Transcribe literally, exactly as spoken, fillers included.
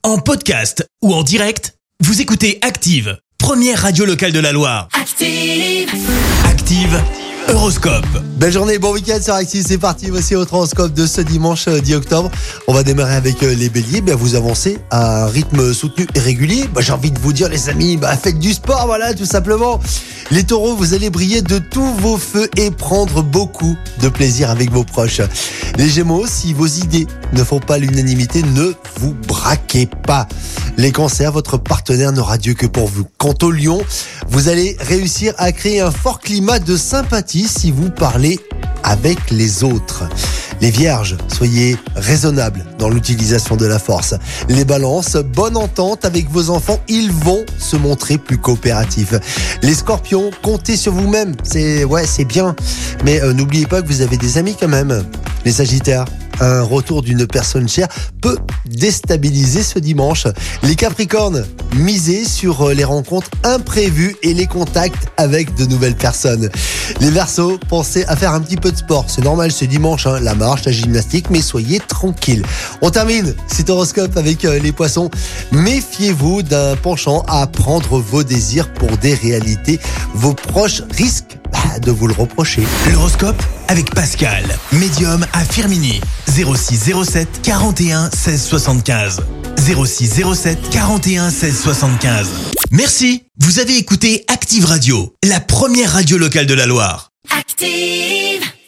En podcast ou en direct, vous écoutez Active, première radio locale de la Loire. Active, Active Horoscope. Belle journée, bon week-end sur Active, c'est parti. Voici votre horoscope de ce dimanche dix octobre. On va démarrer avec les béliers. Bien, vous avancez à un rythme soutenu et régulier. Bah, j'ai envie de vous dire, les amis, bah, faites du sport, voilà, tout simplement. Les taureaux, vous allez briller de tous vos feux et prendre beaucoup de plaisir avec vos proches. Les gémeaux, si vos idées ne font pas l'unanimité, ne vous braquez pas. Les cancers, votre partenaire n'aura Dieu que pour vous. Quant aux lions, vous allez réussir à créer un fort climat de sympathie si vous parlez avec les autres. Les vierges, soyez raisonnables dans l'utilisation de la force. Les balances, bonne entente avec vos enfants, ils vont se montrer plus coopératifs. Les scorpions, comptez sur vous-même, c'est ouais, c'est bien, mais euh, n'oubliez pas que vous avez des amis quand même. Les sagittaires, un retour d'une personne chère peut déstabiliser ce dimanche. Les capricornes, misez sur les rencontres imprévues et les contacts avec de nouvelles personnes. Les verseaux, pensez à faire un petit peu de sport. C'est normal ce dimanche, hein, la marche, la gymnastique, mais soyez tranquille. On termine cet horoscope avec euh, les poissons. Méfiez-vous d'un penchant à prendre vos désirs pour des réalités. Vos proches risquent bah, de vous le reprocher. L'horoscope avec Pascal, médium à Firmini. zéro six zéro sept quarante et un seize soixante-quinze. zéro six zéro sept quarante et un seize soixante-quinze. Merci, vous avez écouté Active Radio, la première radio locale de la Loire. Active.